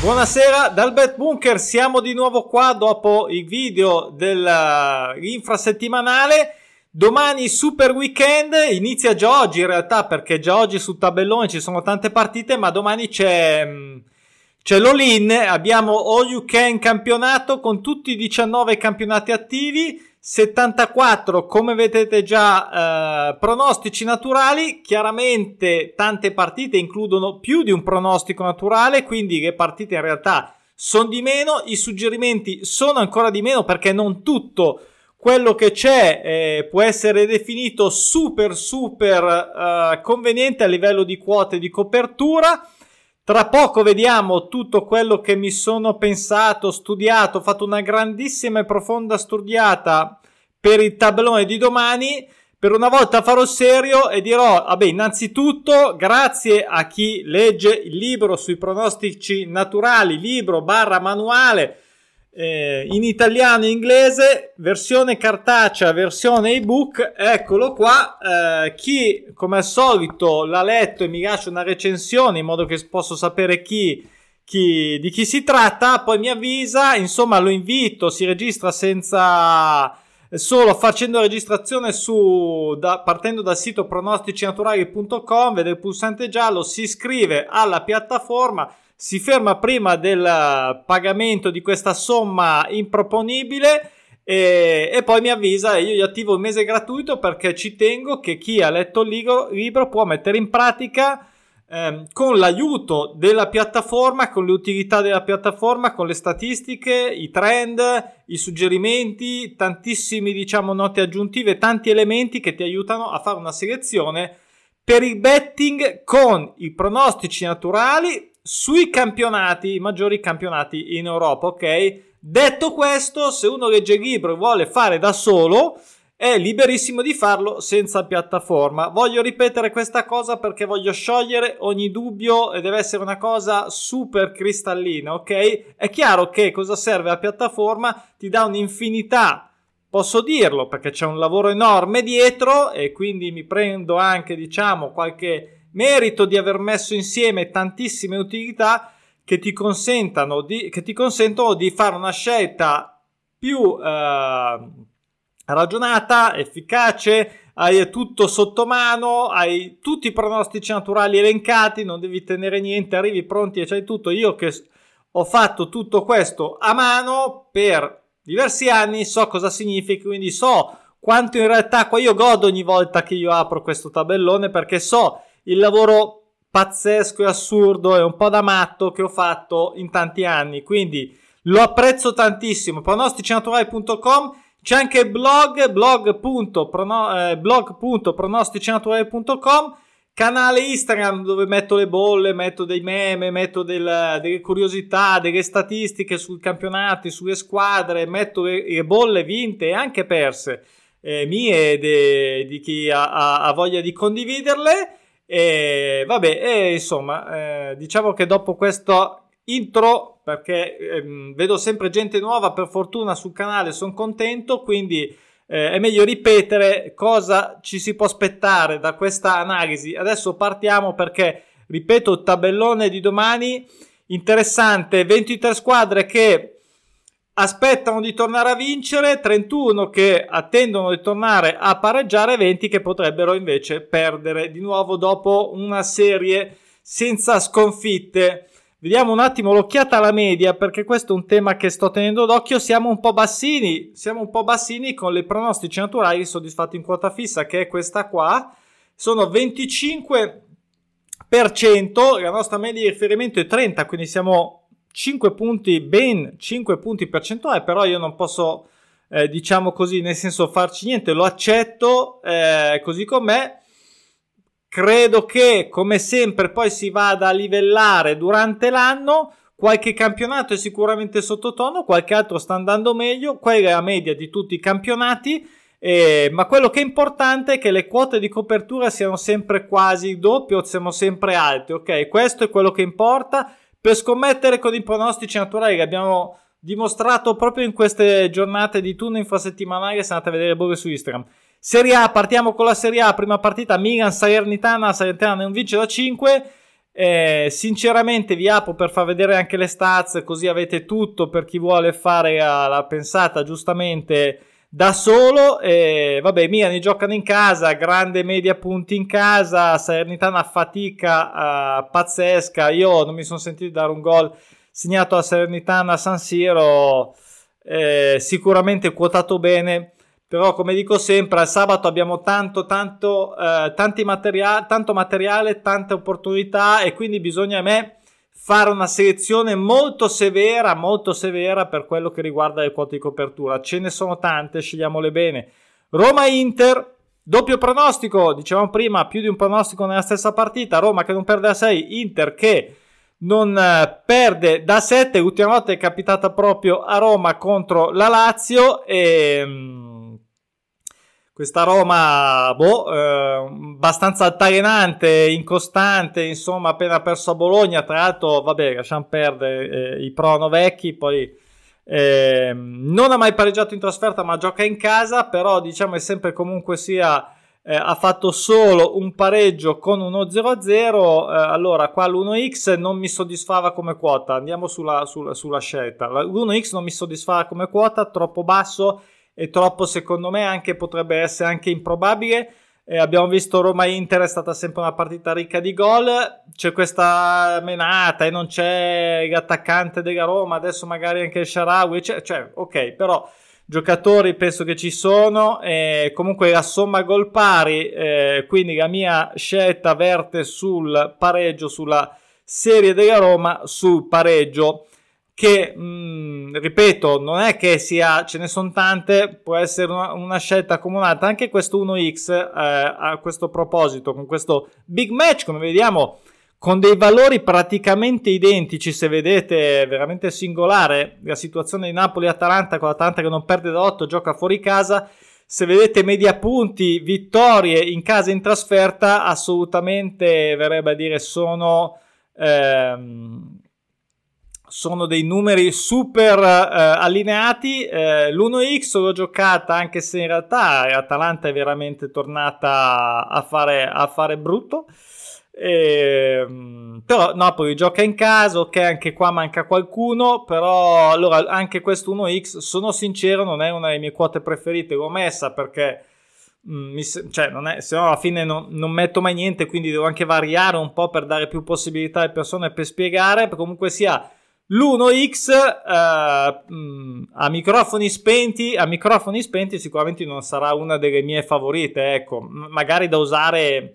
Buonasera dal Bet Bunker, siamo di nuovo qua dopo il video dell'infrasettimanale. Domani super weekend, inizia già oggi in realtà, perché già oggi sul tabellone ci sono tante partite, ma domani c'è l'all-in, abbiamo All You Can campionato con tutti i 19 campionati attivi, 74 come vedete già pronostici naturali. Chiaramente tante partite includono più di un pronostico naturale, quindi le partite in realtà sono di meno, i suggerimenti sono ancora di meno, perché non tutto quello che c'è può essere definito super conveniente a livello di quote di copertura. Tra poco vediamo tutto quello che mi sono pensato, studiato, ho fatto una grandissima e profonda studiata per il tabellone di domani. Per una volta farò serio e dirò, innanzitutto grazie a chi legge il libro sui pronostici naturali, libro/manuale, in italiano e inglese, versione cartacea, versione ebook, eccolo qua. Chi come al solito l'ha letto e mi lascia una recensione in modo che posso sapere di chi si tratta, poi mi avvisa. Insomma, lo invito, si registra solo facendo registrazione partendo dal sito pronosticinaturali.com, vede il pulsante giallo, si iscrive alla piattaforma, si ferma prima del pagamento di questa somma improponibile e poi mi avvisa e io gli attivo il mese gratuito, perché ci tengo che chi ha letto il libro può mettere in pratica con l'aiuto della piattaforma, con le utilità della piattaforma, con le statistiche, i trend, i suggerimenti, tantissimi note aggiuntive, tanti elementi che ti aiutano a fare una selezione per il betting con i pronostici naturali sui campionati, i maggiori campionati in Europa, ok? Detto questo, se uno legge il libro e vuole fare da solo, è liberissimo di farlo senza piattaforma. Voglio ripetere questa cosa perché voglio sciogliere ogni dubbio e deve essere una cosa super cristallina, ok? È chiaro che cosa serve la piattaforma, ti dà un'infinità, posso dirlo perché c'è un lavoro enorme dietro e quindi mi prendo anche qualche merito di aver messo insieme tantissime utilità che ti consentono di fare una scelta più ragionata, efficace. Hai tutto sotto mano, hai tutti i pronostici naturali elencati, non devi tenere niente, arrivi pronti e c'hai tutto. Io che ho fatto tutto questo a mano per diversi anni, so cosa significa, quindi so quanto in realtà qua io godo ogni volta che io apro questo tabellone, perché so il lavoro pazzesco e assurdo e un po' da matto che ho fatto in tanti anni, quindi lo apprezzo tantissimo. pronosticinaturali.com, c'è anche il blog.pronosticinaturali.com, canale Instagram dove metto le bolle, metto dei meme, metto delle curiosità, delle statistiche sui campionati, sulle squadre, metto le bolle vinte e anche perse mie e di chi ha voglia di condividerle. Insomma, diciamo che dopo questo intro, perché vedo sempre gente nuova per fortuna sul canale, sono contento, quindi è meglio ripetere cosa ci si può aspettare da questa analisi. Adesso partiamo perché, ripeto, il tabellone di domani interessante, 23 squadre che aspettano di tornare a vincere, 31 che attendono di tornare a pareggiare, 20 che potrebbero invece perdere di nuovo dopo una serie senza sconfitte. Vediamo un attimo l'occhiata alla media, perché questo è un tema che sto tenendo d'occhio. Siamo un po' bassini con le pronostici naturali soddisfatti in quota fissa, che è questa qua, sono 25%, la nostra media di riferimento è 30, quindi siamo 5 punti percentuali, però io non posso nel senso farci niente, lo accetto così com'è. Credo che come sempre poi si vada a livellare durante l'anno, qualche campionato è sicuramente sottotono, qualche altro sta andando meglio, quella è la media di tutti i campionati, ma quello che è importante è che le quote di copertura siano sempre quasi il doppio, siamo sempre alte, ok? Questo è quello che importa. Per scommettere con i pronostici naturali che abbiamo dimostrato proprio in queste giornate di turno infrasettimanale, se andate a vedere blog su Instagram. Serie A, partiamo con la Serie A, prima partita Milan Salernitana non vince da 5, Sinceramente vi apro per far vedere anche le stats, così avete tutto per chi vuole fare la pensata giustamente da solo. Vabbè, Milan giocano in casa, grande media punti in casa, Salernitana fatica pazzesca. Io non mi sono sentito dare un gol segnato a Salernitana a San Siro, sicuramente quotato bene, però come dico sempre al sabato abbiamo tanto materiale, tante opportunità, e quindi bisogna a me fare una selezione molto severa per quello che riguarda le quote di copertura. Ce ne sono tante, scegliamole bene. Roma-Inter, doppio pronostico, dicevamo prima, più di un pronostico nella stessa partita. Roma che non perde da 6, Inter che non perde da 7. L'ultima volta è capitata proprio a Roma contro la Lazio, e questa Roma abbastanza altalenante, incostante, insomma, appena perso a Bologna. Tra l'altro, vabbè, lasciamo perdere i prono vecchi. Poi non ha mai pareggiato in trasferta, ma gioca in casa. Però diciamo è sempre comunque sia ha fatto solo un pareggio con uno 0-0. Allora qua l'1x non mi soddisfava come quota, andiamo sulla scelta. L'1x non mi soddisfava come quota, troppo basso e troppo, secondo me, anche potrebbe essere anche improbabile. Abbiamo visto Roma-Inter, è stata sempre una partita ricca di gol, c'è questa menata e non c'è l'attaccante della Roma, adesso magari anche il Shaarawy, cioè ok, però giocatori penso che ci sono, comunque la somma gol pari, quindi la mia scelta verte sul pareggio, sulla serie della Roma, sul pareggio, che ripeto, non è che ce ne sono tante, può essere una scelta accomunata. Anche questo 1x a questo proposito, con questo big match, come vediamo, con dei valori praticamente identici. Se vedete, veramente singolare la situazione di Napoli-Atalanta, con l'Atalanta che non perde da 8, gioca fuori casa. Se vedete media punti, vittorie in casa e in trasferta, assolutamente verrebbe a dire sono dei numeri super allineati. L'1x l'ho giocata, anche se in realtà l'Atalanta è veramente tornata a fare brutto. Però Napoli gioca in casa, ok, anche qua manca qualcuno, però allora anche questo 1x, sono sincero, non è una delle mie quote preferite. L'ho messa perché non è, se no alla fine non metto mai niente, quindi devo anche variare un po' per dare più possibilità alle persone, per spiegare. Comunque sia, l'1x a microfoni spenti sicuramente non sarà una delle mie favorite, ecco, magari da usare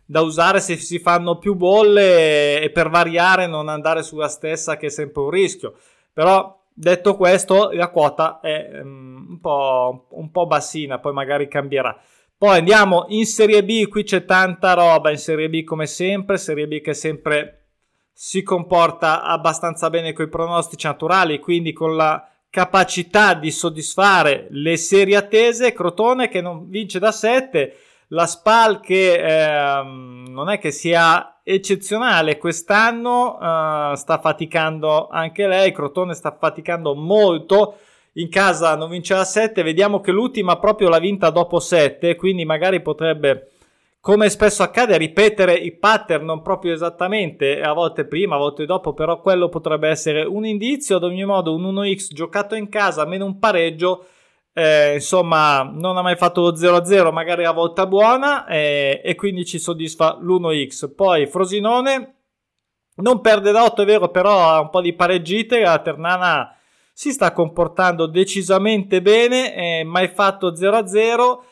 se si fanno più bolle, e per variare non andare sulla stessa, che è sempre un rischio. Però detto questo, la quota è un po' bassina, poi magari cambierà. Poi andiamo in Serie B, qui c'è tanta roba in Serie B come sempre, Serie B che sempre si comporta abbastanza bene con i pronostici naturali, quindi con la capacità di soddisfare le serie attese. Crotone che non vince da 7, la Spal che non è che sia eccezionale quest'anno, sta faticando anche lei. Crotone sta faticando molto, in casa non vince da 7, vediamo che l'ultima proprio l'ha vinta dopo 7, quindi magari potrebbe, come spesso accade, ripetere i pattern, non proprio esattamente, a volte prima, a volte dopo, però quello potrebbe essere un indizio. Ad ogni modo un 1x giocato in casa, meno un pareggio, insomma non ha mai fatto lo 0-0, magari a volta buona, e quindi ci soddisfa l'1x. Poi Frosinone non perde da 8, è vero, però ha un po' di pareggite. La Ternana si sta comportando decisamente bene, mai fatto 0-0.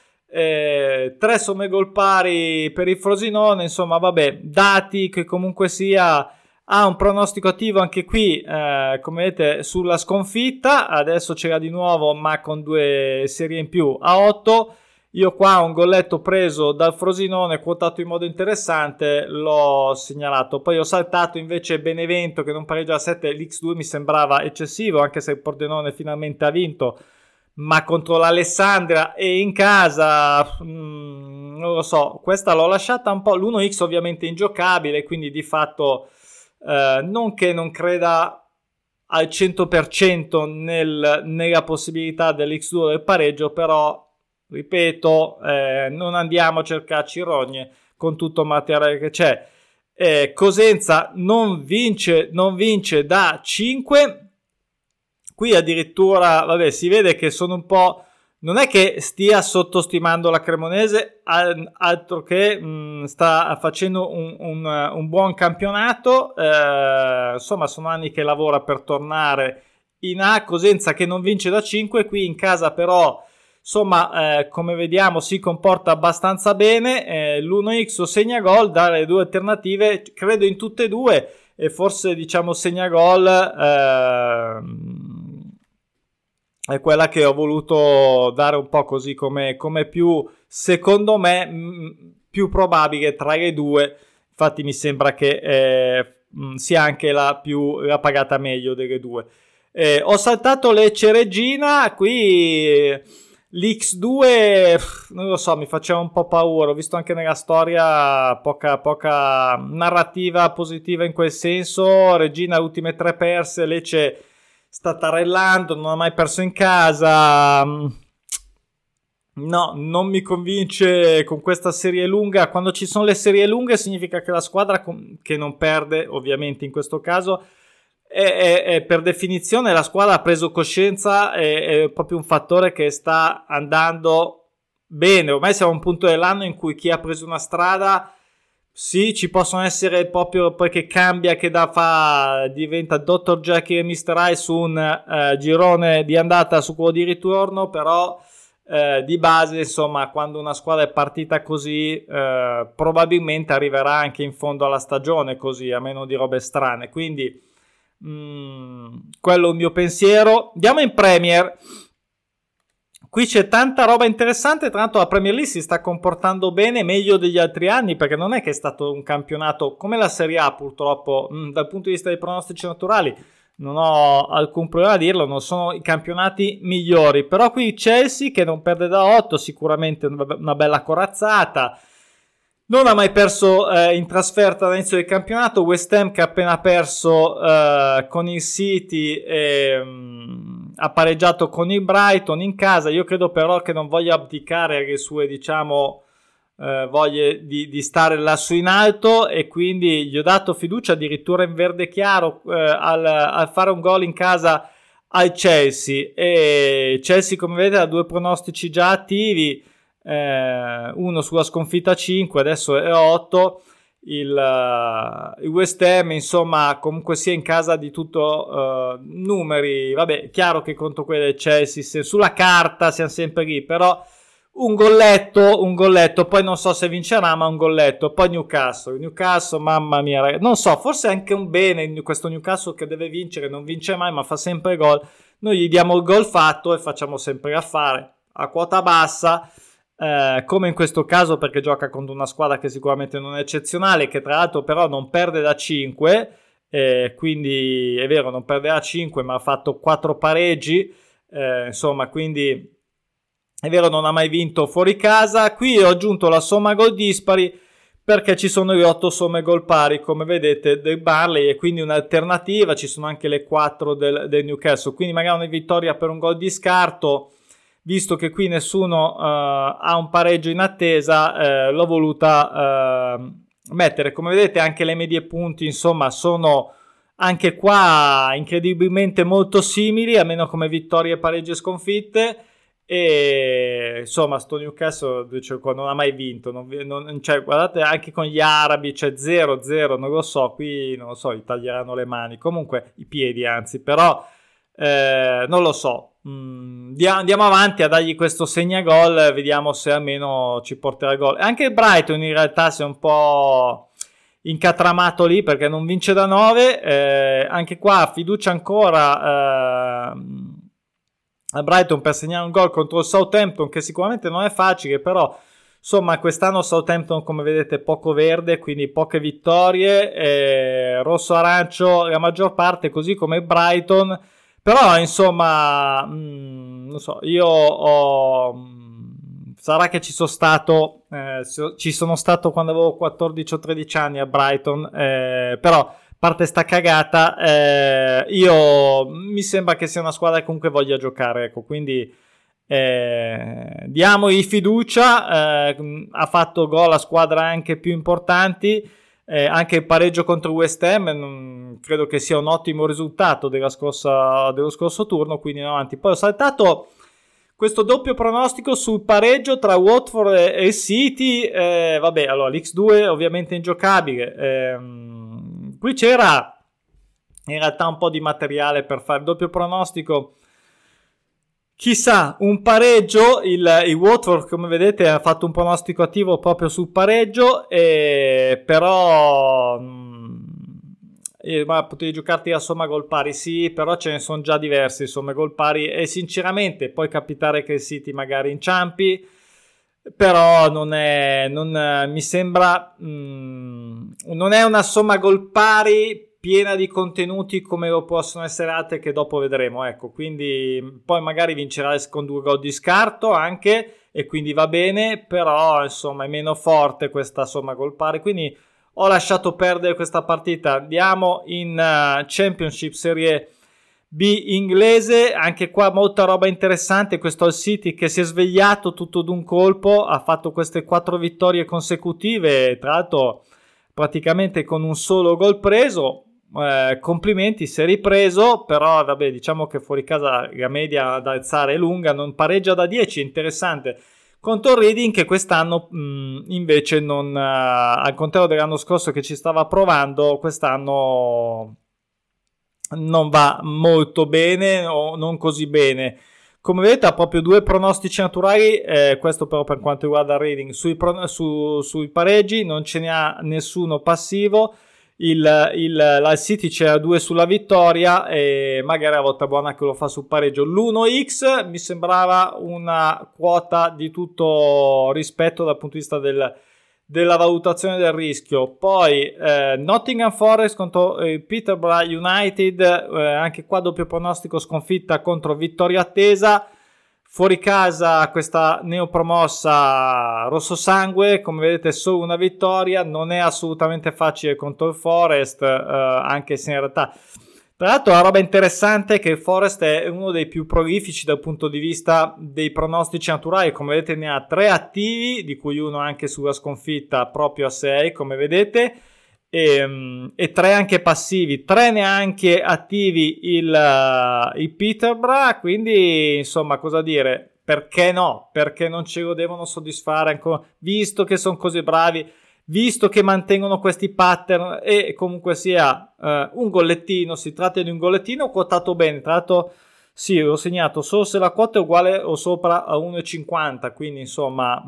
3 somme gol pari per il Frosinone, insomma vabbè, dati che comunque sia ha un pronostico attivo anche qui, come vedete, sulla sconfitta. Adesso c'era di nuovo, ma con 2 serie in più, a 8. Io qua ho un golletto preso dal Frosinone, quotato in modo interessante, l'ho segnalato. Poi ho saltato invece Benevento che non pareggia a 7, l'X2 mi sembrava eccessivo, anche se il Pordenone finalmente ha vinto, ma contro l'Alessandria e in casa non lo so, questa l'ho lasciata un po'. L'1x ovviamente ingiocabile, quindi di fatto non che non creda al 100% nella possibilità dell'X2 del pareggio, però ripeto, non andiamo a cercarci rogne con tutto il materiale che c'è. Cosenza non vince da 5. Qui addirittura, vabbè, si vede che sono un po'... Non è che stia sottostimando la Cremonese, altro che sta facendo un buon campionato. Insomma, sono anni che lavora per tornare in A. Cosenza che non vince da 5, qui in casa però, insomma, come vediamo si comporta abbastanza bene. L'1x o segna gol, dare le due alternative, credo in tutte e due, e forse diciamo segna gol è quella che ho voluto dare un po' così come più, secondo me, più probabile tra le due. Infatti mi sembra che sia anche la pagata meglio delle due. Ho saltato Lecce Reggina, qui l'X2 non lo so, mi faceva un po' paura. Ho visto anche nella storia poca narrativa positiva in quel senso. Reggina le ultime 3 perse, Lecce sta tarellando, non ha mai perso in casa. No, non mi convince con questa serie lunga. Quando ci sono le serie lunghe significa che la squadra che non perde, ovviamente in questo caso, è per definizione la squadra ha preso coscienza, è proprio un fattore che sta andando bene. Ormai siamo a un punto dell'anno in cui chi ha preso una strada, sì, ci possono essere proprio poi che cambia, che diventa Dr. Jekyll e Mr. Hyde su un girone di andata, su quello di ritorno, però di base, insomma, quando una squadra è partita così, probabilmente arriverà anche in fondo alla stagione così, a meno di robe strane. Quindi quello è il mio pensiero. Andiamo in Premier. Qui c'è tanta roba interessante. Tra l'altro la Premier League si sta comportando bene, meglio degli altri anni, perché non è che è stato un campionato come la Serie A, purtroppo, dal punto di vista dei pronostici naturali non ho alcun problema a dirlo, non sono i campionati migliori. Però qui Chelsea che non perde da 8, sicuramente una bella corazzata. Non ha mai perso in trasferta all'inizio del campionato. West Ham che ha appena perso con il City, ha pareggiato con il Brighton in casa. Io credo però che non voglia abdicare alle sue, diciamo, voglie di stare lassù in alto, e quindi gli ho dato fiducia addirittura in verde chiaro al fare un gol in casa al Chelsea. E Chelsea, come vedete, ha 2 pronostici già attivi. Uno sulla sconfitta 5, adesso è 8. Il West Ham, insomma, comunque sia in casa di tutto numeri, vabbè, chiaro che contro quelle del Chelsea sulla carta siamo sempre lì, però un golletto, poi non so se vincerà, ma un golletto. Poi Newcastle, mamma mia, ragazzi. Non so, forse è anche un bene questo Newcastle che deve vincere, non vince mai ma fa sempre gol. Noi gli diamo il gol fatto e facciamo sempre affare a quota bassa. Come in questo caso, perché gioca contro una squadra che sicuramente non è eccezionale, che tra l'altro però non perde da 5, quindi è vero, non perde da 5 ma ha fatto 4 pareggi, insomma, quindi è vero, non ha mai vinto fuori casa. Qui ho aggiunto la somma gol dispari perché ci sono le 8 somme gol pari, come vedete, del Burnley, e quindi un'alternativa. Ci sono anche le 4 del Newcastle, quindi magari una vittoria per un gol di scarto. Visto che qui nessuno ha un pareggio in attesa, l'ho voluta mettere. Come vedete anche le medie punti, insomma, sono anche qua incredibilmente molto simili, almeno come vittorie, pareggi e sconfitte. E insomma, sto Newcastle, cioè, non ha mai vinto, cioè, guardate, anche con gli arabi c'è 0-0, non lo so, qui non lo so, gli taglieranno le mani, comunque i piedi anzi, però non lo so. Andiamo avanti a dargli questo segnagol, vediamo se almeno ci porterà il gol. Anche il Brighton in realtà si è un po' incatramato lì perché non vince da 9, anche qua fiducia ancora al Brighton per segnare un gol contro il Southampton, che sicuramente non è facile, però insomma quest'anno Southampton, come vedete, poco verde, quindi poche vittorie, rosso-arancio la maggior parte, così come il Brighton. Però insomma, non so, sarà che ci sono stato quando avevo 14 o 13 anni a Brighton, però a parte sta cagata, mi sembra che sia una squadra che comunque voglia giocare, ecco, quindi diamogli fiducia. Ha fatto gol a squadre anche più importanti, Anche il pareggio contro West Ham credo che sia un ottimo risultato dello scorso turno, quindi in avanti. Poi ho saltato questo doppio pronostico sul pareggio tra Watford e City. Vabbè, allora l'X2 ovviamente ingiocabile. Qui c'era in realtà un po' di materiale per fare il doppio pronostico. Chissà, un pareggio, il Watford come vedete ha fatto un pronostico attivo proprio sul pareggio, però potevi giocarti a somma gol pari, sì, però ce ne sono già diversi somme gol pari e sinceramente può capitare che il City magari inciampi, però mi sembra non è una somma gol pari piena di contenuti come lo possono essere altre che dopo vedremo, ecco, quindi poi magari vincerà con 2 gol di scarto anche e quindi va bene, però insomma è meno forte questa somma gol pari, quindi ho lasciato perdere questa partita. Andiamo in Championship Serie B inglese, anche qua molta roba interessante. Questo Hull City che si è svegliato tutto d'un colpo, ha fatto queste 4 vittorie consecutive, tra l'altro praticamente con un solo gol preso. Complimenti, si è ripreso, però vabbè, diciamo che fuori casa la media da alzare è lunga, non pareggia da 10, interessante. Contro il Reading che quest'anno invece non, al contrario dell'anno scorso che ci stava provando, quest'anno non va molto bene o non così bene. Come vedete ha proprio 2 pronostici naturali, questo però per quanto riguarda il Reading. Sui pareggi non ce ne ha nessuno passivo. La City c'era 2 sulla vittoria e magari a volta buona che lo fa sul pareggio. L'1x mi sembrava una quota di tutto rispetto dal punto di vista della valutazione del rischio. Poi Nottingham Forest contro Peterborough United, anche qua doppio pronostico, sconfitta contro vittoria attesa. Fuori casa questa neopromossa rossosangue, come vedete solo una vittoria, non è assolutamente facile contro il Forest, anche se in realtà, tra l'altro la roba interessante è che il Forest è uno dei più prolifici dal punto di vista dei pronostici naturali, come vedete ne ha 3 attivi, di cui uno anche sulla sconfitta proprio a 6, come vedete, e 3 anche passivi, 3 neanche attivi il Peterborough, quindi insomma cosa dire, perché no, perché non ce lo devono soddisfare ancora, visto che sono così bravi, visto che mantengono questi pattern e comunque sia un gollettino, si tratta di un gollettino quotato bene, tra l'altro sì, l'ho segnato solo se la quota è uguale o sopra a 1,50, quindi insomma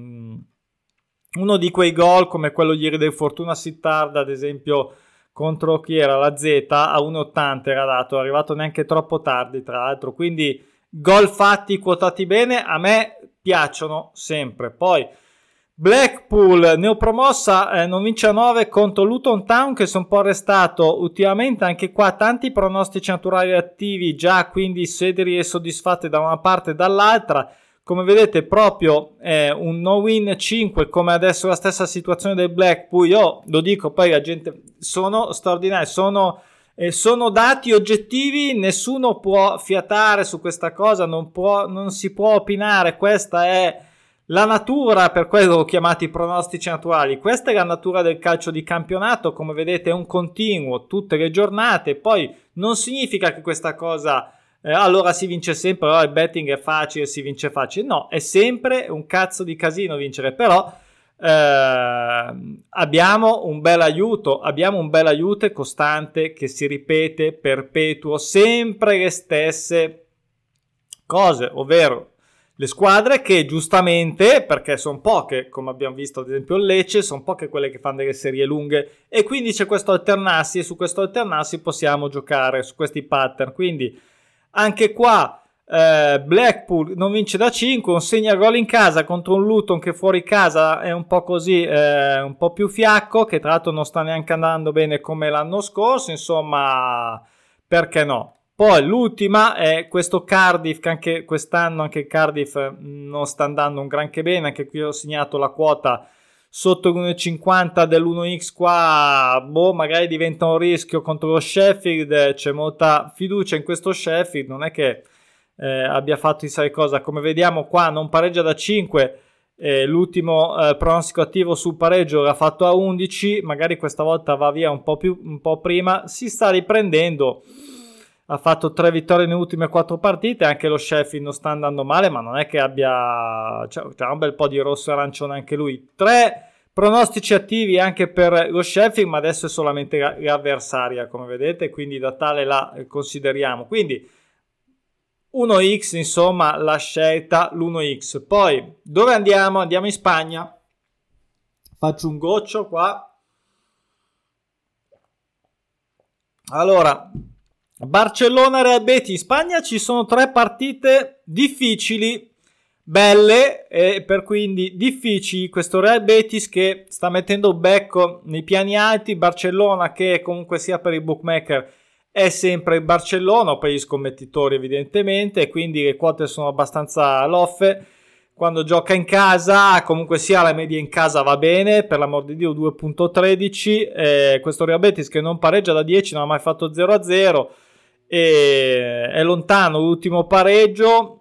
uno di quei gol come quello ieri del Fortuna Sittard, ad esempio contro chi era la Z a 1,80 era dato, è arrivato neanche troppo tardi tra l'altro, quindi gol fatti quotati bene a me piacciono sempre. Poi Blackpool neopromossa non vince a 9 contro Luton Town che si è un po' arrestato ultimamente, anche qua tanti pronostici naturali attivi già, quindi sederi e soddisfatte da una parte e dall'altra. Come vedete proprio un no win 5 come adesso la stessa situazione del Blackpool, io lo dico, poi la gente sono straordinari, sono dati oggettivi, nessuno può fiatare su questa cosa, non si può opinare, questa è la natura, per quello ho chiamati pronostici naturali, questa è la natura del calcio di campionato, come vedete è un continuo tutte le giornate, poi non significa che questa cosa allora si vince sempre, allora il betting è facile, si vince facile, no, è sempre un cazzo di casino vincere, però abbiamo un bel aiuto costante che si ripete perpetuo, sempre le stesse cose, ovvero le squadre che giustamente, perché sono poche, come abbiamo visto ad esempio il Lecce, sono poche quelle che fanno delle serie lunghe e quindi c'è questo alternarsi e su questo alternarsi possiamo giocare su questi pattern, quindi anche qua Blackpool non vince da 5, un segna gol in casa contro un Luton che fuori casa è un po' così, un po' più fiacco, che tra l'altro non sta neanche andando bene come l'anno scorso, insomma perché no. Poi l'ultima è questo Cardiff, che anche quest'anno anche Cardiff non sta andando un granché bene, anche qui ho segnato la quota sotto l'1,50 dell'1x qua, magari diventa un rischio contro lo Sheffield, c'è molta fiducia in questo Sheffield, non è che abbia fatto chissà cosa, come vediamo qua non pareggia da 5 l'ultimo pronostico attivo sul pareggio l'ha fatto a 11, magari questa volta va via un po' prima, si sta riprendendo, ha fatto 3 vittorie nelle ultime 4 partite, anche lo Sheffield non sta andando male, ma non è che abbia, c'ha un bel po' di rosso e arancione anche lui. 3 pronostici attivi anche per lo Sheffield, ma adesso è solamente l'avversaria, come vedete, quindi da tale la consideriamo. Quindi 1x, insomma, la scelta, l'1x. Poi, dove andiamo? Andiamo in Spagna. Faccio un goccio qua. Allora, Barcellona-Real Betis. In Spagna ci sono 3 partite difficili, belle, e per quindi difficili. Questo Real Betis che sta mettendo becco nei piani alti. Barcellona che comunque sia per i bookmaker è sempre il Barcellona, o per gli scommettitori evidentemente, e quindi le quote sono abbastanza loffe. Quando gioca in casa, comunque sia la media in casa va bene, per l'amor di Dio 2.13, questo Real Betis che non pareggia da 10, non ha mai fatto 0-0, e è lontano l'ultimo pareggio.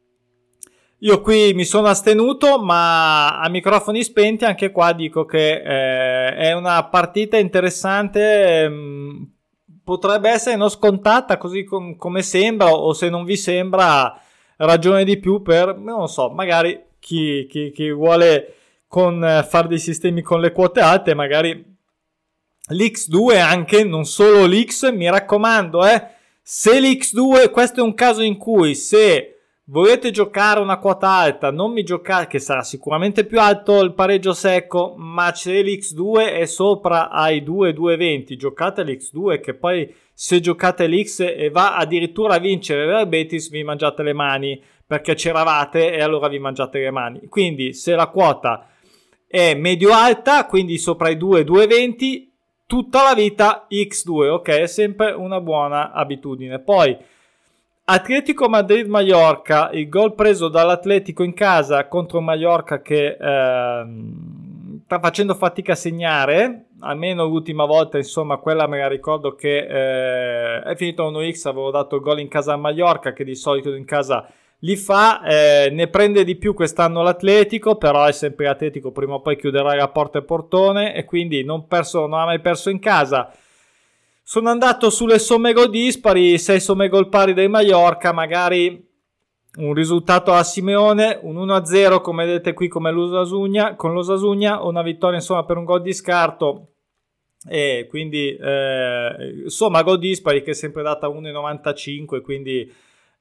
Io qui mi sono astenuto, ma a microfoni spenti anche qua dico che è una partita interessante, potrebbe essere non scontata così come sembra, o se non vi sembra ragione di più per, non lo so, magari chi vuole fare dei sistemi con le quote alte, magari l'X2 anche, non solo l'X, mi raccomando, se l'X2, questo è un caso in cui se volete giocare una quota alta, non mi giocate, che sarà sicuramente più alto il pareggio secco, ma se l'X2 è sopra ai 2,20, giocate l'X2, che poi se giocate l'X e va addirittura a vincere Real Betis, vi mangiate le mani, perché c'eravate e allora vi mangiate le mani. Quindi se la quota è medio alta, quindi sopra i 2,20, tutta la vita X2, ok? È sempre una buona abitudine. Poi Atletico Madrid-Mallorca, il gol preso dall'Atletico in casa contro Mallorca che sta facendo fatica a segnare, almeno l'ultima volta, insomma, quella me la ricordo che è finito 1x, avevo dato il gol in casa a Mallorca, che di solito in casa li fa, ne prende di più quest'anno l'Atletico, però è sempre l'Atletico, prima o poi chiuderà la porta e portone, e quindi non ha mai perso in casa. Sono andato sulle somme gol dispari, 6 somme gol pari del Mallorca, magari un risultato a Simeone, un 1-0 come vedete qui come con l'Osasuna, una vittoria insomma per un gol di scarto, e quindi somma gol dispari che è sempre data 1,95, quindi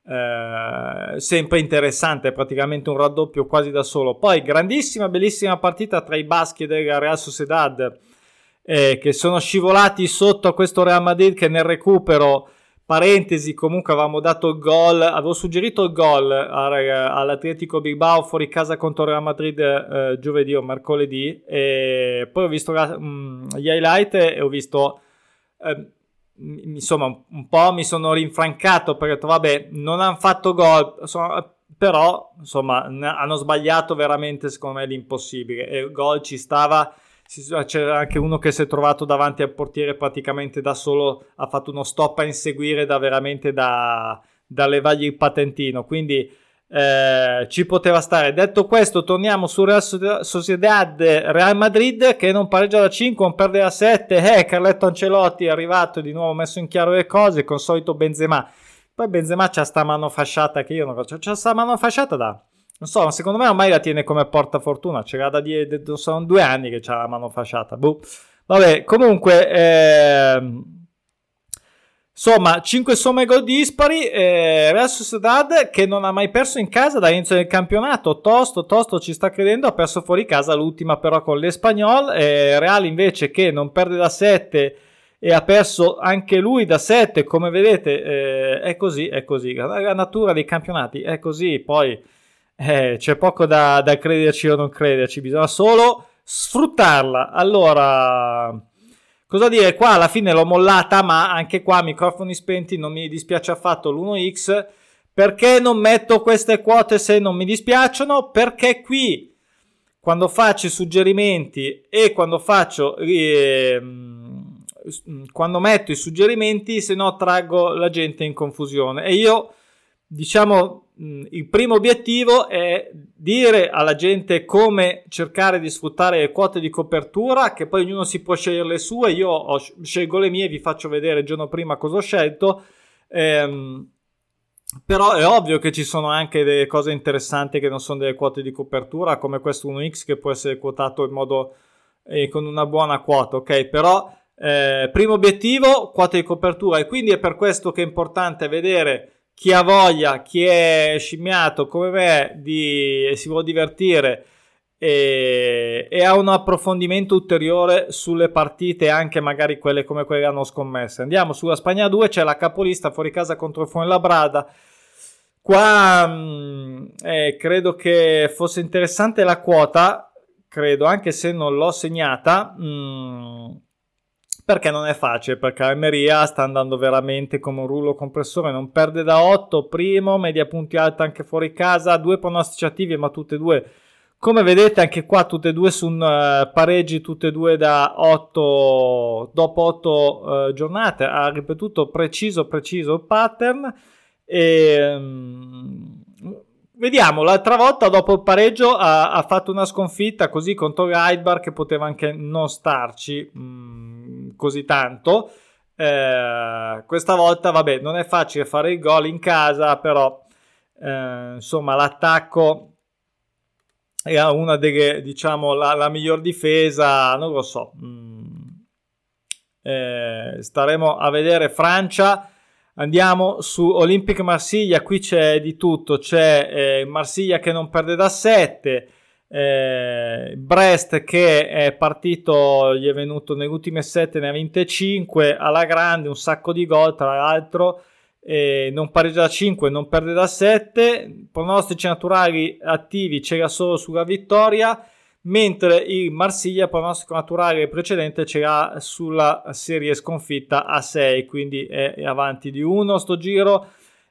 sempre interessante, praticamente un raddoppio quasi da solo. Poi grandissima, bellissima partita tra i baschi della Real Sociedad, che sono scivolati sotto a questo Real Madrid che nel recupero, parentesi, comunque avevamo dato il gol, avevo suggerito il gol all'Atletico Bilbao fuori casa contro Real Madrid giovedì o mercoledì, e poi ho visto gli highlight e ho visto insomma un po' mi sono rinfrancato perché ho detto vabbè, non hanno fatto gol, però insomma hanno sbagliato veramente secondo me l'impossibile, e il gol ci stava. C'era anche uno che si è trovato davanti al portiere praticamente da solo, ha fatto uno stop a inseguire veramente da levargli il patentino, quindi ci poteva stare. Detto questo, torniamo su Real Sociedad Real Madrid che non pareggia da 5, non perde da 7. Carletto Ancelotti è arrivato di nuovo, messo in chiaro le cose con il solito Benzema. Poi Benzema c'ha sta mano fasciata che io non faccio, c'ha sta mano fasciata non so, secondo me ormai la tiene come portafortuna, c'era da dire, sono 2 anni che c'ha la mano fasciata. Vabbè, comunque, insomma, 5 somme gol dispari, Real Sociedad che non ha mai perso in casa dall'inizio del campionato, tosto ci sta credendo, ha perso fuori casa l'ultima però con l'Espanyol, Real invece che non perde da 7 e ha perso anche lui da 7, come vedete, è così, la natura dei campionati è così, poi c'è poco da crederci o non crederci, bisogna solo sfruttarla. Allora, cosa dire, qua alla fine l'ho mollata, ma anche qua microfoni spenti, non mi dispiace affatto l'1x. Perché non metto queste quote se non mi dispiacciono? Perché qui quando faccio i suggerimenti e quando metto i suggerimenti, se no traggo la gente in confusione, e io, diciamo, il primo obiettivo è dire alla gente come cercare di sfruttare le quote di copertura, che poi ognuno si può scegliere le sue. Scelgo le mie, vi faccio vedere il giorno prima cosa ho scelto. Però è ovvio che ci sono anche delle cose interessanti che non sono delle quote di copertura, come questo 1x che può essere quotato in modo con una buona quota, ok? Però primo obiettivo, quote di copertura, e quindi è per questo che è importante vedere chi ha voglia, chi è scimmiato come me e si vuole divertire e ha un approfondimento ulteriore sulle partite, anche magari quelle come quelle che hanno scommesse. Andiamo sulla Spagna 2, c'è la capolista fuori casa contro il Fuenlabrada. Qua credo che fosse interessante la quota, credo, anche se non l'ho segnata, perché non è facile, perché Almeria sta andando veramente come un rullo compressore, non perde da 8, primo, media punti alta anche fuori casa, 2 pronostici attivi, ma tutte e due, come vedete anche qua, tutte e due su pareggi, tutte e due da 8, dopo 8 giornate, ha ripetuto preciso il pattern. Vediamo, l'altra volta dopo il pareggio ha fatto una sconfitta così contro Gaidbar che poteva anche non starci così tanto. Questa volta vabbè, non è facile fare il gol in casa, però insomma l'attacco era una delle, diciamo, la miglior difesa, non lo so. Staremo a vedere. Francia. Andiamo su Olympique Marsiglia, qui c'è di tutto, c'è Marsiglia che non perde da 7, Brest che è partito, gli è venuto nelle ultime 7, ne ha vinte 5, alla grande, un sacco di gol tra l'altro, non pareggia da 5, non perde da 7, pronostici naturali attivi c'era solo sulla vittoria, mentre il Marsiglia pronostico naturale precedente c'era sulla serie sconfitta a 6, quindi è avanti di 1 sto giro.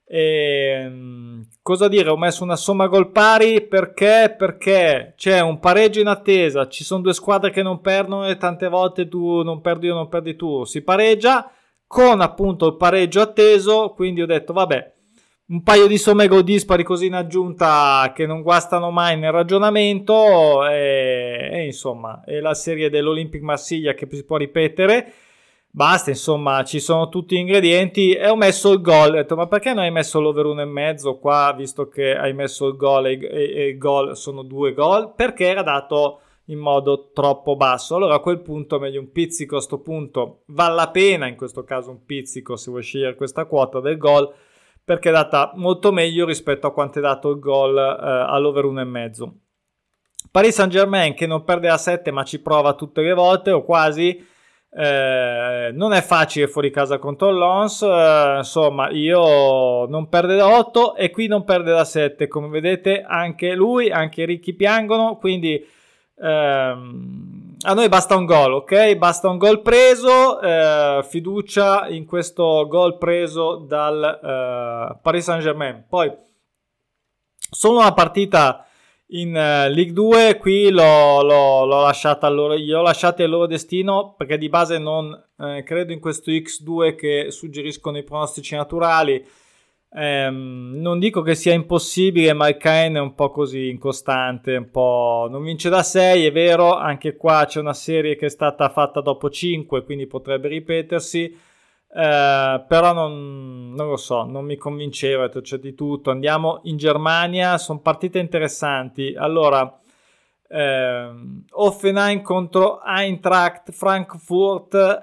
Cosa dire, ho messo una somma gol pari perché c'è un pareggio in attesa, ci sono due squadre che non perdono e tante volte tu non perdi io non perdi tu, si pareggia con appunto il pareggio atteso, quindi ho detto vabbè, un paio di somme gol dispari così in aggiunta che non guastano mai nel ragionamento e insomma è la serie dell'Olympique Marsiglia che si può ripetere, basta, insomma ci sono tutti gli ingredienti e ho messo il gol, ho detto ma perché non hai messo l'over 1,5 qua visto che hai messo il gol e il gol sono 2 gol, perché era dato in modo troppo basso, allora a quel punto meglio un pizzico, a sto punto vale la pena in questo caso un pizzico se vuoi scegliere questa quota del gol, perché è data molto meglio rispetto a quanto è dato il gol all'over 1,5. Paris Saint-Germain che non perde a 7 ma ci prova tutte le volte o quasi, non è facile fuori casa contro il Lens, insomma io non perde da 8 e qui non perde da 7, come vedete anche lui, anche Ricchi piangono, quindi a noi basta un gol, ok? Basta un gol preso, fiducia in questo gol preso dal Paris Saint-Germain. Poi solo una partita in Ligue 2, qui l'ho lasciata a loro, io ho lasciato il loro destino perché di base non credo in questo X2 che suggeriscono i pronostici naturali. Non dico che sia impossibile, ma il Caen è un po' così incostante, un po' non vince da 6, è vero, anche qua c'è una serie che è stata fatta dopo 5, quindi potrebbe ripetersi, però non lo so, non mi convinceva, c'è di tutto. Andiamo in Germania, sono partite interessanti. Allora Hoffenheim contro Eintracht Frankfurt.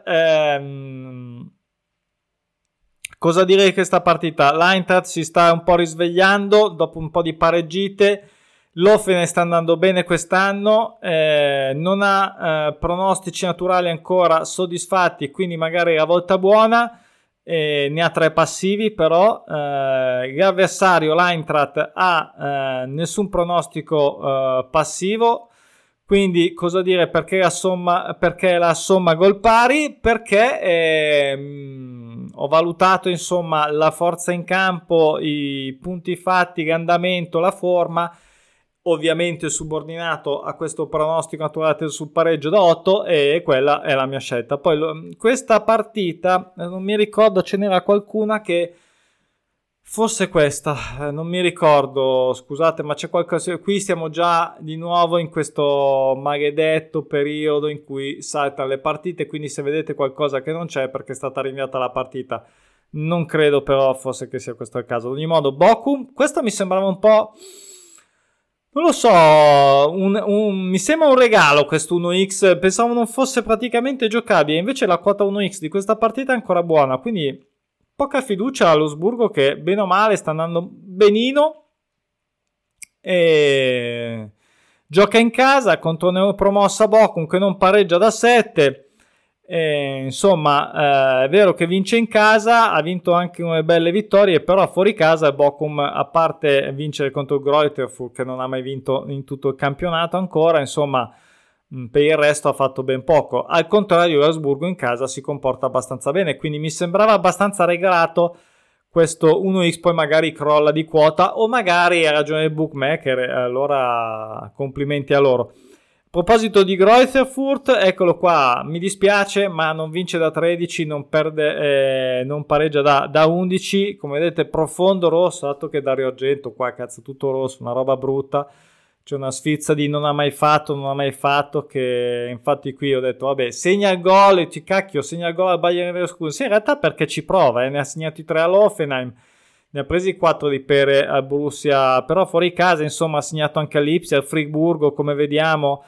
Cosa dire di questa partita? L'Eintracht si sta un po' risvegliando dopo un po' di pareggite, l'Hoffenheim sta andando bene quest'anno, non ha pronostici naturali ancora soddisfatti, quindi magari la volta buona, ne ha 3 passivi però, l'avversario l'Eintracht ha nessun pronostico passivo, quindi cosa dire, perché la somma gol pari, perché ho valutato insomma la forza in campo, i punti fatti, l'andamento, la forma, ovviamente subordinato a questo pronostico naturale sul pareggio da 8 e quella è la mia scelta. Poi questa partita, non mi ricordo, ce n'era qualcuna che Forse questa, non mi ricordo, scusate, ma c'è qualcosa. Qui stiamo già di nuovo in questo maledetto periodo in cui saltano le partite, quindi se vedete qualcosa che non c'è perché è stata rinviata la partita, non credo, però forse che sia questo il caso. Ad ogni modo, Bochum, questo mi sembrava un po', non lo so, mi sembra un regalo questo 1x, pensavo non fosse praticamente giocabile, invece la quota 1x di questa partita è ancora buona, quindi poca fiducia all'Osburgo che bene o male sta andando benino e gioca in casa contro neopromossa Bochum che non pareggia da 7. Insomma, è vero che vince in casa, ha vinto anche una belle vittorie, però fuori casa Bochum, a parte vincere contro il Greuther Fürth che non ha mai vinto in tutto il campionato ancora, insomma, per il resto ha fatto ben poco. Al contrario, l'Asburgo in casa si comporta abbastanza bene, quindi mi sembrava abbastanza regalato questo 1x, poi magari crolla di quota o magari ha ragione il bookmaker, allora complimenti a loro. A proposito di Greuther Fürth, eccolo qua, mi dispiace ma non vince da 13, non perde, non pareggia da 11, come vedete profondo rosso, dato che Dario Argento qua, cazzo, tutto rosso, una roba brutta, c'è una sfizza di non ha mai fatto, che infatti qui ho detto vabbè, segna il gol e cacchio, segna il gol al Bayern Leverkusen, sì, in realtà perché ci prova, ne ha segnati 3 all'Hoffenheim, ne ha presi 4 di Pere al Borussia, però fuori casa insomma ha segnato anche all'Ipsia, al Friburgo, come vediamo.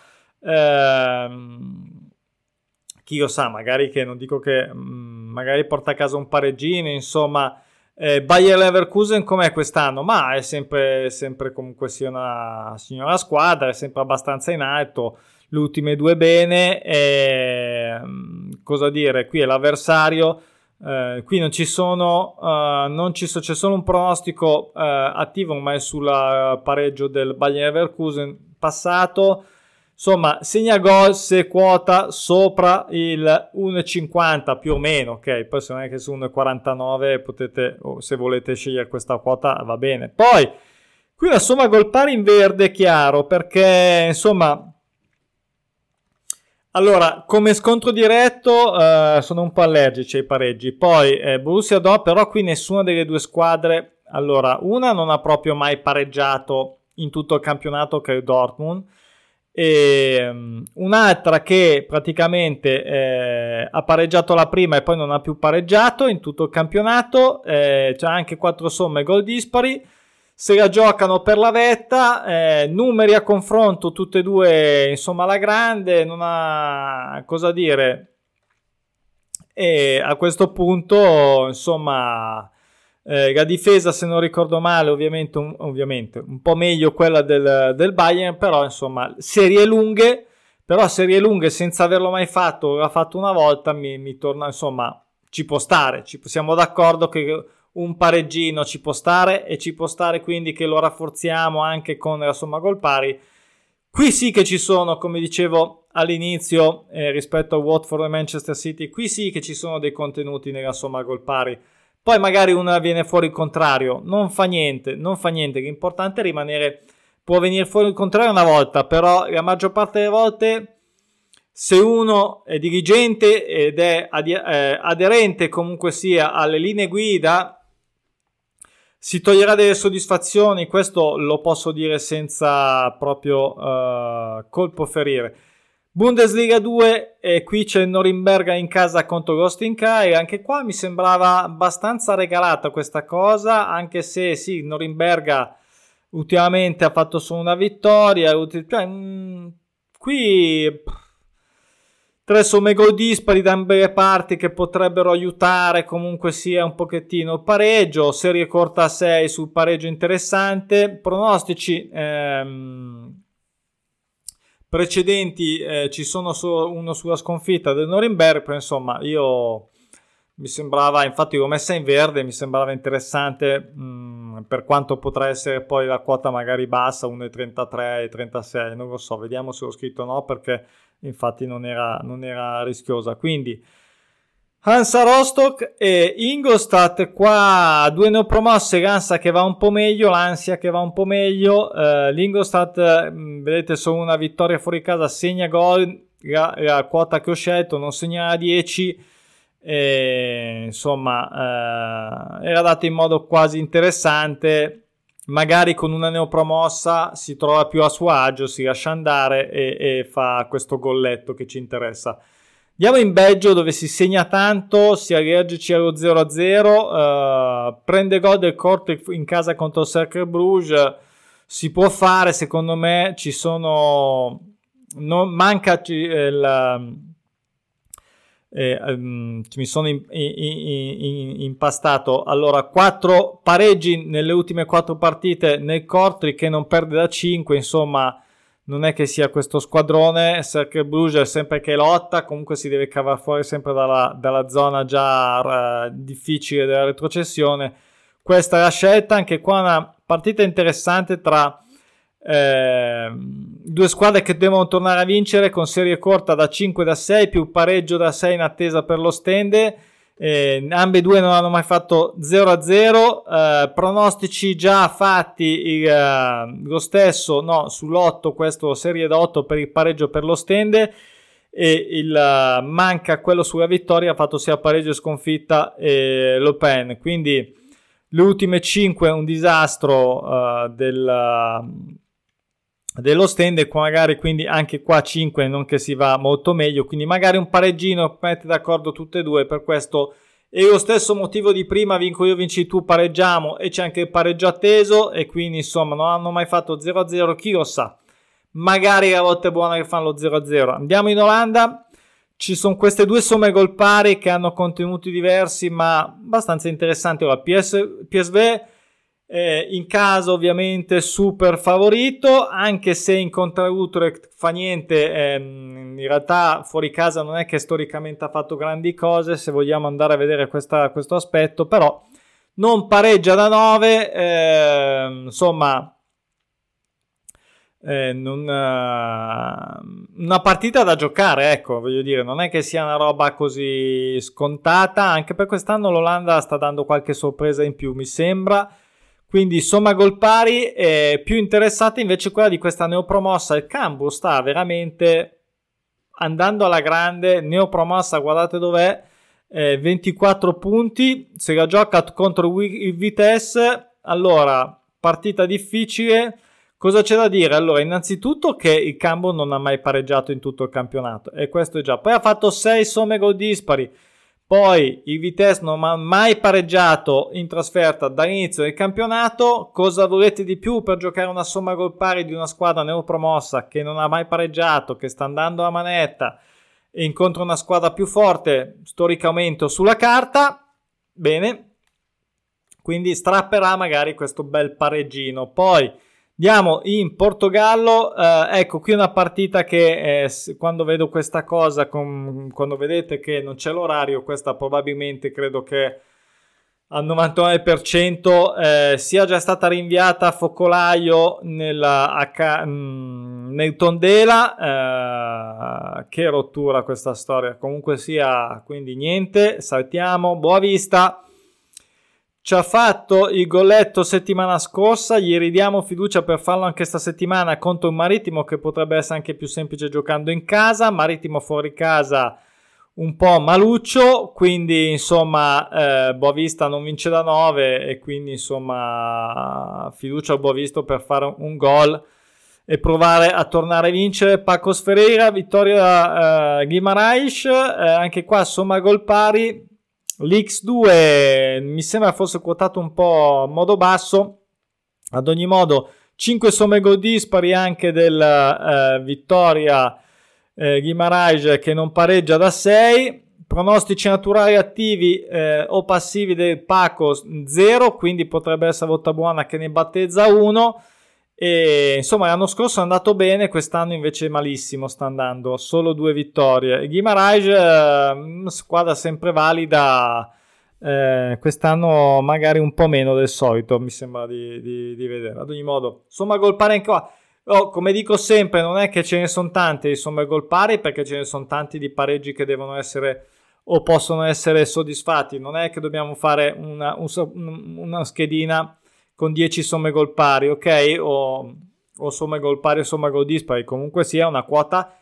Chi lo sa, magari, che non dico che magari porta a casa un pareggino, insomma. Bayer Leverkusen com'è quest'anno? Ma è sempre comunque sia una signora squadra, è sempre abbastanza in alto, le ultime 2 bene, cosa dire, qui è l'avversario, qui non ci sono, c'è solo un pronostico attivo, ma è sul pareggio del Bayer Leverkusen passato. Insomma, segna gol se quota sopra il 1,50 più o meno, ok? Poi se non è che su 1,49 potete, se volete scegliere questa quota, va bene. Poi, qui la somma gol pari in verde chiaro, perché insomma, allora, come scontro diretto sono un po' allergici ai pareggi. Poi, Borussia Dortmund, però qui nessuna delle due squadre, allora, una non ha proprio mai pareggiato in tutto il campionato, che è Dortmund, e un'altra che praticamente ha pareggiato la prima e poi non ha più pareggiato in tutto il campionato, c'è anche 4 somme gol dispari, se la giocano per la vetta, numeri a confronto tutte e due insomma alla grande, non ha cosa dire, e a questo punto insomma la difesa, se non ricordo male, ovviamente un po' meglio quella del Bayern, però insomma serie lunghe senza averlo mai fatto, l'ha fatto una volta, mi torna, insomma, ci può stare, siamo d'accordo che un pareggino ci può stare, e ci può stare quindi che lo rafforziamo anche con la somma gol pari. Qui sì che ci sono, come dicevo all'inizio, rispetto a Watford e Manchester City, qui sì che ci sono dei contenuti nella somma gol pari. Poi magari una viene fuori il contrario, non fa niente, l'importante è rimanere, può venire fuori il contrario una volta, però la maggior parte delle volte, se uno è dirigente ed è aderente comunque sia alle linee guida, si toglierà delle soddisfazioni, questo lo posso dire senza proprio colpo ferire. Bundesliga 2, e qui c'è il Norimberga in casa contro l'Austin Kai, anche qua mi sembrava abbastanza regalata questa cosa, anche se sì, il Norimberga ultimamente ha fatto solo una vittoria, qui 3 somme gol dispari da ambe le parti che potrebbero aiutare comunque sia un pochettino il pareggio, serie corta a 6 sul pareggio interessante, pronostici precedenti ci sono solo uno sulla sconfitta del Norimberga, però insomma mi sembrava, infatti l'ho messa in verde, mi sembrava interessante per quanto potrà essere poi la quota magari bassa, 1,33 e 36, non lo so, vediamo se l'ho scritto o no, perché infatti non era rischiosa. Quindi Hansa Rostock e Ingolstadt, qua 2 neopromosse, l'Hansa che va un po' meglio, l'Ansia che va un po' meglio, l'Ingolstadt vedete solo una vittoria fuori casa, segna gol, la quota che ho scelto non segna a 10, e, insomma, era dato in modo quasi interessante. Magari con una neopromossa si trova più a suo agio, si lascia andare e fa questo golletto che ci interessa. Andiamo in Belgio, dove si segna tanto, si allergici allo 0-0, prende gol del Kortrijk in casa contro il Cercle Bruges, si può fare, secondo me. Ci sono, manca mi sono impastato. Allora, 4 pareggi nelle ultime 4 partite nel Kortrijk, che non perde da 5, insomma non è che sia questo squadrone. Cercle Bruges è sempre che lotta, comunque si deve cavare fuori sempre dalla zona già difficile della retrocessione. Questa è la scelta. Anche qua una partita interessante tra due squadre che devono tornare a vincere, con serie corta da 5 da 6 più pareggio da 6 in attesa per l'Ostende. Ambedue non hanno mai fatto 0-0. Pronostici già fatti, lo stesso sull'8, questo serie da 8 per il pareggio per l'Ostende, e manca quello sulla vittoria, ha fatto sia pareggio e sconfitta Le Pen. Quindi le ultime 5 un disastro dell'Ostende, magari, quindi anche qua 5 non che si va molto meglio, quindi magari un pareggino mette d'accordo tutte e due. Per questo è lo stesso motivo di prima: vinco io, vinci tu, pareggiamo, e c'è anche il pareggio atteso, e quindi insomma non hanno mai fatto 0-0, chi lo sa, magari la volta è buona che fanno lo 0-0. Andiamo in Olanda, ci sono queste due somme gol pari che hanno contenuti diversi ma abbastanza interessanti. Ora, PSV in casa ovviamente super favorito, anche se incontra Utrecht fa niente. In realtà fuori casa non è che storicamente ha fatto grandi cose, se vogliamo andare a vedere questo aspetto, però non pareggia da 9, insomma una partita da giocare, ecco, voglio dire, non è che sia una roba così scontata. Anche per quest'anno l'Olanda sta dando qualche sorpresa in più, mi sembra. Quindi somma gol pari. Più interessante invece quella di questa neopromossa. Il Cambuur sta veramente andando alla grande, neopromossa, guardate dov'è, 24 punti, se la gioca contro il Vitesse. Allora, partita difficile. Cosa c'è da dire? Allora, innanzitutto che il Cambuur non ha mai pareggiato in tutto il campionato, e questo è già. Poi ha fatto 6 somme gol dispari. Poi il Vitesse non ha mai pareggiato in trasferta dall'inizio del campionato. Cosa volete di più per giocare una somma gol pari di una squadra neopromossa che non ha mai pareggiato, che sta andando a manetta e incontra una squadra più forte storicamente sulla carta? Bene, quindi strapperà magari questo bel pareggino. Poi andiamo in Portogallo. Ecco qui una partita che quando vedo questa cosa, quando vedete che non c'è l'orario, questa probabilmente credo che al 99% sia già stata rinviata a focolaio nel Tondela. Che rottura questa storia. Comunque sia, quindi niente, saltiamo. Boavista ci ha fatto il golletto settimana scorsa, gli ridiamo fiducia per farlo anche sta settimana contro un Marittimo che potrebbe essere anche più semplice giocando in casa. Marittimo fuori casa un po' maluccio, quindi insomma Boavista non vince da 9, e quindi insomma fiducia al Boavista per fare un gol e provare a tornare a vincere. Pacos Ferreira, vittoria Guimarães, anche qua somma gol pari. L'X2 mi sembra fosse quotato un po' a modo basso. Ad ogni modo 5 somme gol dispari anche del vittoria Guimarães, che non pareggia da 6. Pronostici naturali attivi o passivi del Pacos 0, quindi potrebbe essere volta buona che ne battezza 1. E insomma l'anno scorso è andato bene, quest'anno invece malissimo sta andando, solo 2 vittorie. Guimarães, squadra sempre valida, quest'anno magari un po' meno del solito, mi sembra di vedere. Ad ogni modo, insomma gol pari anche qua. Come dico sempre, non è che ce ne sono tanti di somme gol pari, perché ce ne sono tanti di pareggi che devono essere o possono essere soddisfatti. Non è che dobbiamo fare una schedina con 10 somme gol pari, ok? O somme gol pari o somme gol dispari. Comunque sia una quota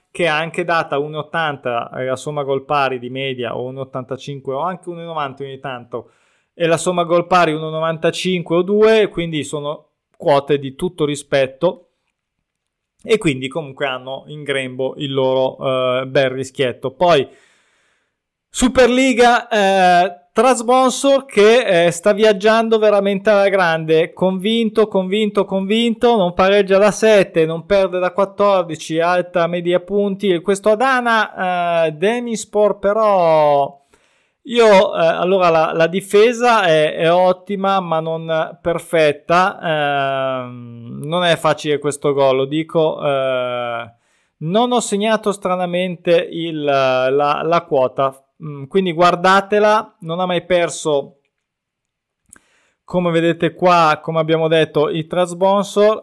che è anche data 1,80 la somma gol pari di media, o 1,85 o anche 1,90 ogni tanto, e la somma gol pari 1,95 o 2, quindi sono quote di tutto rispetto, e quindi comunque hanno in grembo il loro bel rischietto. Poi Superliga, tra sponsor che sta viaggiando veramente alla grande, convinto, non pareggia da 7, non perde da 14, alta media punti. Questo Adana Demispor, però io allora la difesa è ottima ma non perfetta, non è facile questo gol, lo dico. Non ho segnato stranamente la quota, quindi guardatela, non ha mai perso, come vedete qua, come abbiamo detto, i tra sponsor,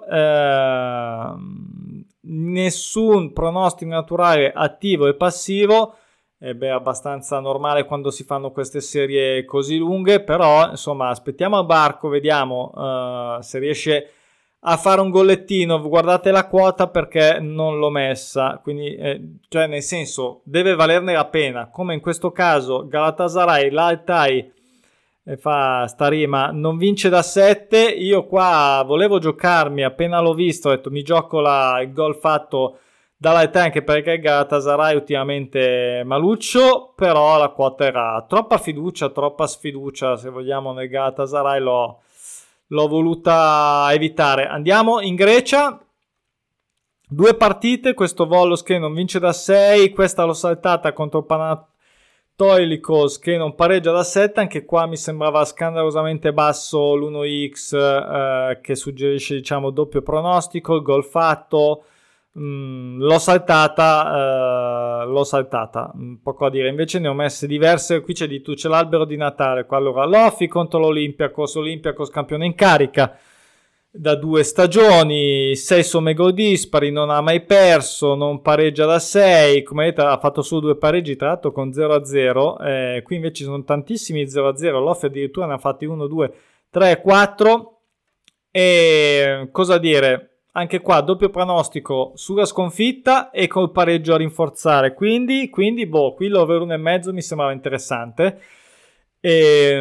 nessun pronostico naturale attivo e passivo. Abbastanza normale quando si fanno queste serie così lunghe, però insomma aspettiamo il barco, vediamo se riesce a fare un gollettino. Guardate la quota perché non l'ho messa, quindi cioè nel senso deve valerne la pena, come in questo caso Galatasaray, l'Altai fa sta rima, non vince da 7. Io qua volevo giocarmi, appena l'ho visto ho detto mi gioco il gol fatto dall'Altai, anche perché Galatasaray ultimamente maluccio, però la quota era troppa sfiducia se vogliamo nel Galatasaray, l'ho voluta evitare. Andiamo in Grecia, 2 partite, questo Volos che non vince da 6, questa l'ho saltata contro Panatoilikos che non pareggia da 7, anche qua mi sembrava scandalosamente basso l'1x che suggerisce diciamo doppio pronostico, il gol fatto. L'ho saltata, poco a dire, invece ne ho messe diverse. Qui c'è c'è l'albero di Natale qua. Allora Lofi contro l'Olympiakos campione in carica da 2 stagioni, 6 somme gol dispari, non ha mai perso, non pareggia da 6, come vedete ha fatto solo 2 pareggi tra l'altro con 0-0, qui invece ci sono tantissimi 0-0, Lofi addirittura ne ha fatti 1, 2, 3, 4, e cosa dire, anche qua doppio pronostico sulla sconfitta e col pareggio a rinforzare, quindi qui l'over 1,5 mi sembrava interessante, e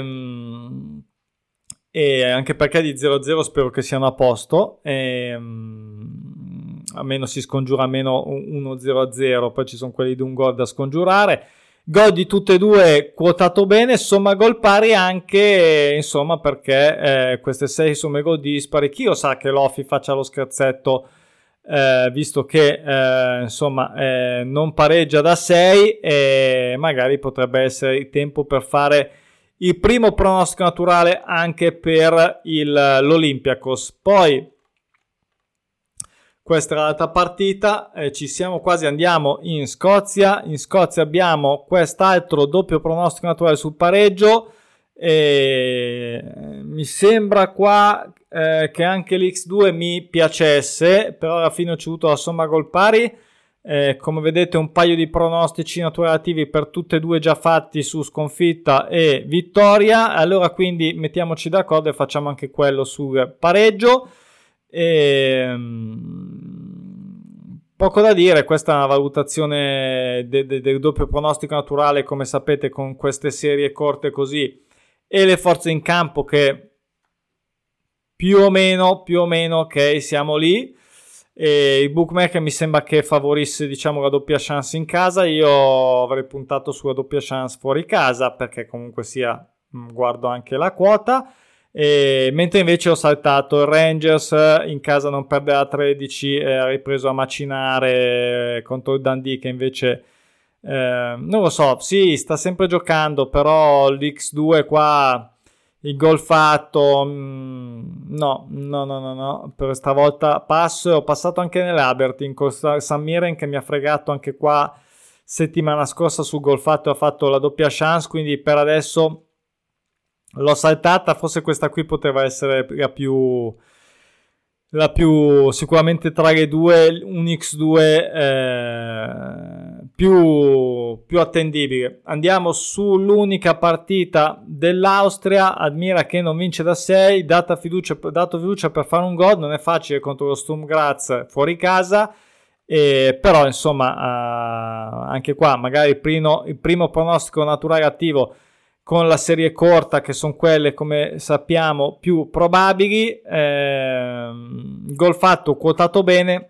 anche perché di 0-0 spero che siano a posto, almeno si scongiura almeno 1-0-0, poi ci sono quelli di un gol da scongiurare. Gol di tutte e due quotato bene, somma gol pari anche, insomma, perché queste 6 somme gol dispari, chi lo sa che Lofi faccia lo scherzetto, visto che insomma non pareggia da 6, e magari potrebbe essere il tempo per fare il primo pronostico naturale anche per l'Olympiakos. Poi questa è l'altra partita, ci siamo quasi, andiamo in Scozia. In Scozia abbiamo quest'altro doppio pronostico naturale sul pareggio, mi sembra qua che anche l'X2 mi piacesse, però alla fine ho ceduto la somma gol pari. Come vedete un paio di pronostici naturativi per tutte e due già fatti su sconfitta e vittoria, allora quindi mettiamoci d'accordo e facciamo anche quello sul pareggio. Poco da dire, questa è una valutazione del doppio pronostico naturale, come sapete, con queste serie corte così e le forze in campo che più o meno ok, siamo lì. E il bookmaker mi sembra che favorisse diciamo la doppia chance in casa. Io avrei puntato sulla doppia chance fuori casa, perché comunque sia guardo anche la quota. Mentre invece ho saltato il Rangers in casa non perde da 13, ha ripreso a macinare contro il Dundee che invece non lo so, sì, sta sempre giocando, però l'X2 qua il gol fatto no, per stavolta passo. Ho passato anche nell'Aberdeen con San Mirren che mi ha fregato anche qua settimana scorsa sul gol fatto, ha fatto la doppia chance, quindi per adesso l'ho saltata. Forse questa qui poteva essere la più sicuramente tra le due, un X2 più attendibile. Andiamo sull'unica partita dell'Austria, Admira che non vince da 6, dato fiducia per fare un gol, non è facile contro lo Sturm Graz fuori casa, Però insomma anche qua magari il primo pronostico naturale attivo con la serie corta, che sono quelle come sappiamo più probabili, gol fatto quotato bene,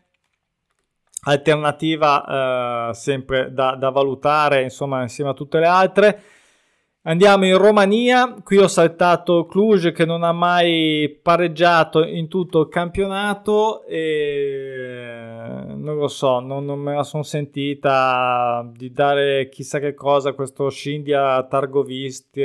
alternativa sempre da valutare insomma insieme a tutte le altre. Andiamo in Romania, qui ho saltato Cluj che non ha mai pareggiato in tutto il campionato e non lo so, non me la sono sentita di dare chissà che cosa a questo Scindia Targovist,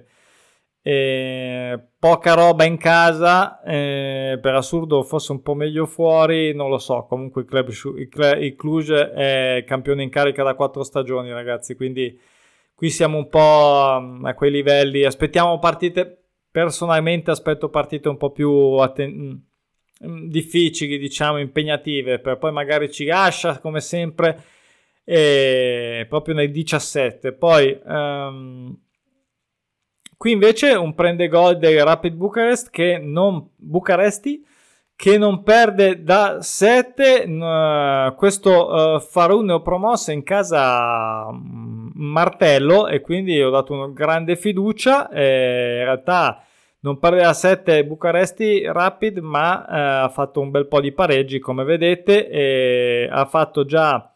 poca roba in casa, per assurdo fosse un po' meglio fuori, non lo so, comunque il Cluj è campione in carica da 4 stagioni ragazzi, quindi qui siamo un po' a quei livelli, aspettiamo partite, personalmente aspetto partite un po' più difficili, diciamo, impegnative, per poi magari ci lascia come sempre proprio nei 17. Poi qui invece un prende gol del Rapid Bucarest Bucaresti che non perde da 7, questo Farun neopromosso in casa martello, e quindi ho dato una grande fiducia, in realtà non perde da 7 Bucaresti Rapid, ma ha fatto un bel po' di pareggi come vedete, e ha fatto già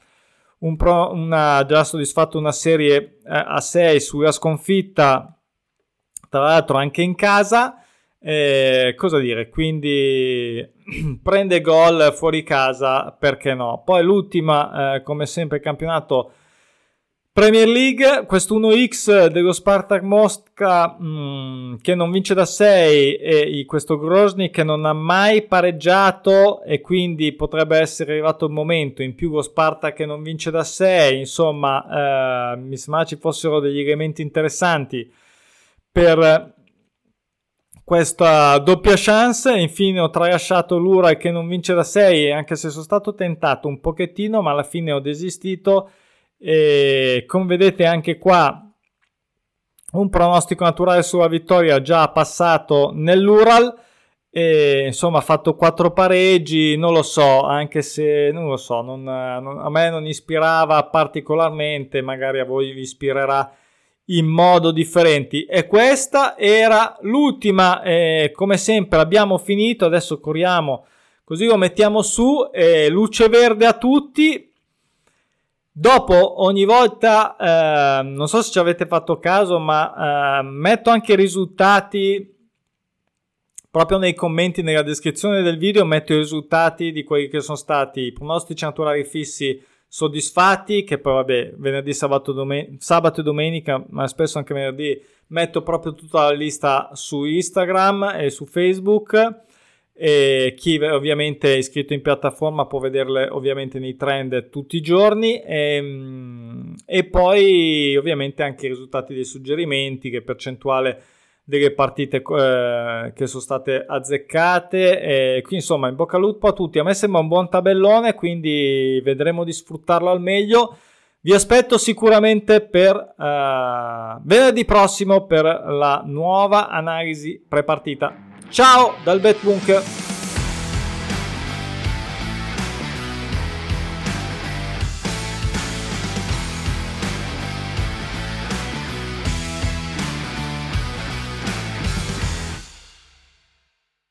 già soddisfatto una serie a 6 sulla sconfitta, tra l'altro anche in casa. Cosa dire, quindi prende gol fuori casa, perché no. Poi l'ultima, come sempre, campionato Premier League, questo 1x dello Spartak Mosca che non vince da 6, e questo Grozny che non ha mai pareggiato, e quindi potrebbe essere arrivato il momento. In più lo Spartak che non vince da 6, insomma mi sembra ci fossero degli elementi interessanti per questa doppia chance. Infine ho tralasciato l'Ural che non vince da 6, anche se sono stato tentato un pochettino, ma alla fine ho desistito, e come vedete anche qua un pronostico naturale sulla vittoria già passato nell'Ural, e insomma ha fatto 4 pareggi, non lo so, anche se non lo so, a me non ispirava particolarmente, magari a voi vi ispirerà in modo differenti. E questa era l'ultima, come sempre abbiamo finito, adesso corriamo così lo mettiamo su, luce verde a tutti. Dopo ogni volta non so se ci avete fatto caso, ma metto anche i risultati proprio nei commenti, nella descrizione del video metto i risultati di quelli che sono stati i pronostici naturali fissi soddisfatti, che poi vabbè venerdì, sabato e domenica, ma spesso anche venerdì metto proprio tutta la lista su Instagram e su Facebook, e chi ovviamente è iscritto in piattaforma può vederle ovviamente nei trend tutti i giorni, e poi ovviamente anche i risultati dei suggerimenti, che percentuale delle partite che sono state azzeccate, e qui insomma in bocca al lupo a tutti. A me sembra un buon tabellone, quindi vedremo di sfruttarlo al meglio. Vi aspetto sicuramente per venerdì prossimo per la nuova analisi prepartita. Ciao dal Bet Bunker.